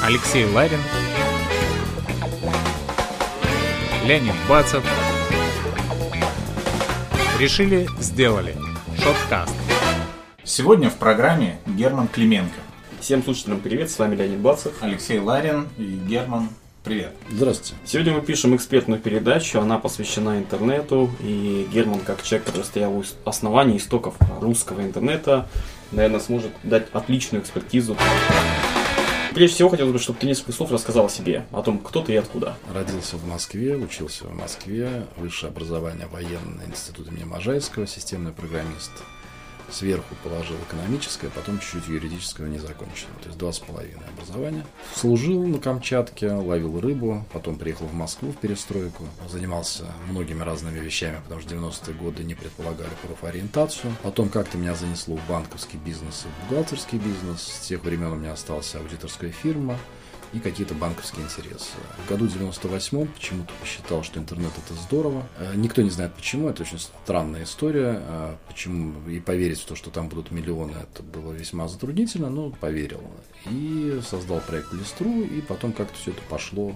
Алексей Ларин, Леонид Бацев. Решили, сделали. Шоткаст. Сегодня в программе Герман Клименко. Всем слушателям привет, с вами Леонид Бацев. Алексей Ларин и Герман, привет. Здравствуйте. Сегодня мы пишем экспертную передачу, она посвящена интернету. И Герман, как человек, который стоял у основания истоков русского интернета, наверное, сможет дать отличную экспертизу. Прежде всего, хотелось бы, чтобы ты несколько слов рассказал о себе, о том, кто ты и откуда. Родился в Москве, учился в Москве, высшее образование военный институт имени Можайского, системный программист. Сверху положил экономическое, потом чуть-чуть юридического не закончил. То есть 2,5 образования. Служил на Камчатке, ловил рыбу, потом приехал в Москву в перестройку. Занимался многими разными вещами, потому что 90-е годы не предполагали профориентацию. Потом как-то меня занесло в банковский бизнес и в бухгалтерский бизнес. С тех времен у меня осталась аудиторская фирма и какие-то банковские интересы. В году 98-м почему-то посчитал, что интернет — это здорово. Никто не знает почему, это очень странная история. Почему и поверить в то, что там будут миллионы, это было весьма затруднительно, но поверил. И создал проект Листру, и потом как-то все это пошло.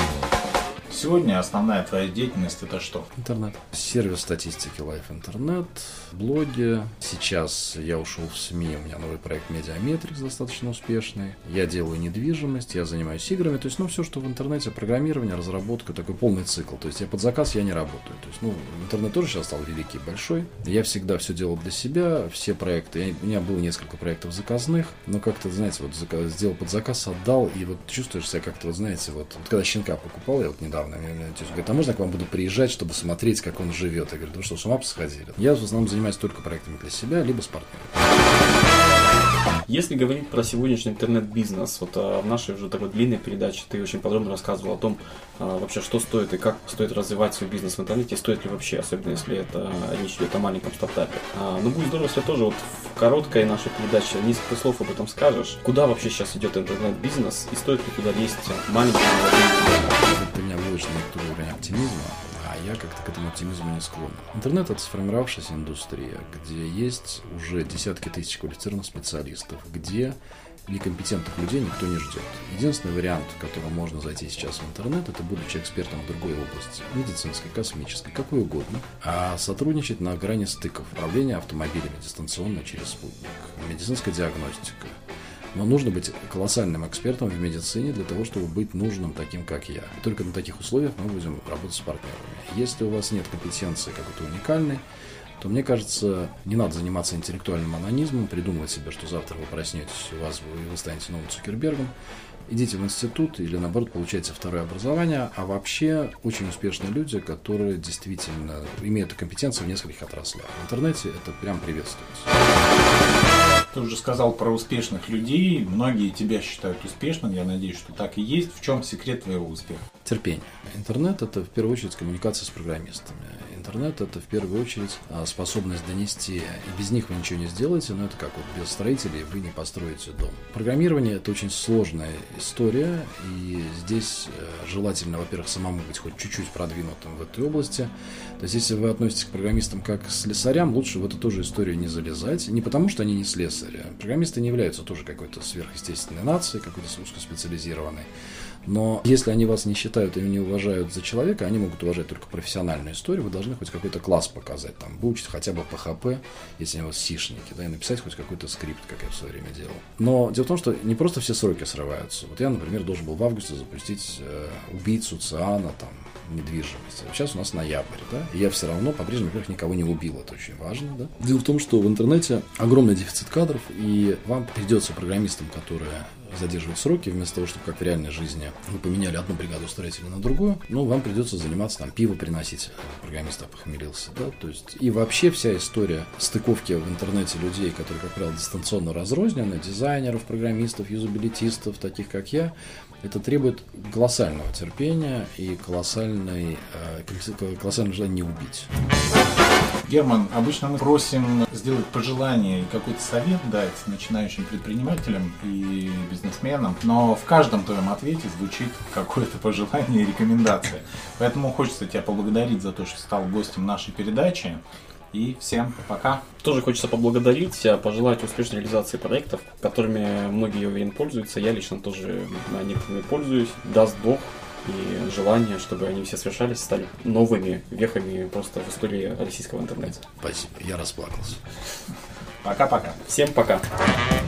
Сегодня основная твоя деятельность — это что? Интернет. Сервис статистики Life Интернет, блоги. Сейчас я ушел в СМИ, у меня новый проект Медиаметрикс достаточно успешный. Я делаю недвижимость, я занимаюсь играми. То есть, все, что в интернете, программирование, разработка, такой полный цикл. То есть, под заказ я не работаю. То есть, интернет тоже сейчас стал великий, большой. Я всегда все делал для себя, все проекты. У меня было несколько проектов заказных, но как-то, знаете, сделал под заказ, отдал, и чувствуешь себя как-то, знаете, когда щенка покупал, я недавно, говорит, а можно я к вам буду приезжать, чтобы смотреть, как он живет? Я говорю, вы что, с ума посходили? Я в основном занимаюсь только проектами для себя, либо с партнерами. Если говорить про сегодняшний интернет-бизнес, в нашей уже такой длинной передаче ты очень подробно рассказывал о том, вообще, что стоит и как стоит развивать свой бизнес в интернете, стоит ли вообще, особенно если речь идет о маленьком стартапе. Но будет здорово, если тоже в короткой нашей передаче несколько слов об этом скажешь. Куда вообще сейчас идет интернет-бизнес и стоит ли туда лезть маленьким молодым? Ты меня выводишь на некоторый уровень оптимизма, а я как-то к этому оптимизму не склонен. Интернет — это сформировавшаяся индустрия, где есть уже десятки тысяч квалифицированных специалистов, где некомпетентных людей никто не ждет. Единственный вариант, в котором можно зайти сейчас в интернет, это будучи экспертом в другой области, медицинской, космической, какой угодно, а сотрудничать на грани стыков, управления автомобилями дистанционно через спутник, медицинская диагностика. Но нужно быть колоссальным экспертом в медицине для того, чтобы быть нужным таким, как я. И только на таких условиях мы будем работать с партнерами. Если у вас нет компетенции какой-то уникальной, то, мне кажется, не надо заниматься интеллектуальным анонизмом, придумывать себе, что завтра вы проснетесь, вы станете новым Цукербергом. Идите в институт или, наоборот, получайте второе образование. А вообще очень успешные люди, которые действительно имеют компетенции в нескольких отраслях. В интернете это прям приветствуется. Ты уже сказал про успешных людей. Многие тебя считают успешным. Я надеюсь, что так и есть. В чем секрет твоего успеха? Терпение. Интернет — это в первую очередь коммуникация с программистами. Интернет — это в первую очередь способность донести. И без них вы ничего не сделаете, но это как без строителей вы не построите дом. Программирование — это очень сложная история. И здесь желательно, во-первых, самому быть хоть чуть-чуть продвинутым в этой области. То есть, если вы относитесь к программистам как к слесарям, лучше в эту тоже историю не залезать. Не потому, что они не слесари. Программисты не являются тоже какой-то сверхъестественной нацией, какой-то узкоспециализированной. Но если они вас не считают и не уважают за человека, они могут уважать только профессиональную историю, вы должны хоть какой-то класс показать, выучить хотя бы PHP, если они у вас сишники, и написать хоть какой-то скрипт, как я в свое время делал. Но дело в том, что не просто все сроки срываются. Я, например, должен был в августе запустить «Убийцу Циана», недвижимость. Сейчас у нас ноябрь, и я все равно по-прежнему, во-первых, никого не убил, это очень важно, Дело в том, что в интернете огромный дефицит кадров, и вам придется программистам, которые задерживать сроки, вместо того, чтобы как в реальной жизни вы поменяли одну бригаду строителей на другую, вам придется заниматься пиво приносить, программист опохмелился, то есть, и вообще вся история стыковки в интернете людей, которые, как правило, дистанционно разрознены, дизайнеров, программистов, юзабилитистов, таких как я, это требует колоссального терпения и колоссального желания не убить. Герман, обычно мы просим сделать пожелание и какой-то совет дать начинающим предпринимателям и бизнесменам, но в каждом твоем ответе звучит какое-то пожелание и рекомендация. Поэтому хочется тебя поблагодарить за то, что стал гостем нашей передачи. И всем пока. Тоже хочется поблагодарить, пожелать успешной реализации проектов, которыми многие, я уверен, пользуются. Я лично тоже некоторыми пользуюсь. Даст Бог и желание, чтобы они все совершались, стали новыми вехами просто в истории российского интернета. Спасибо, я расплакался. Пока-пока. Всем пока.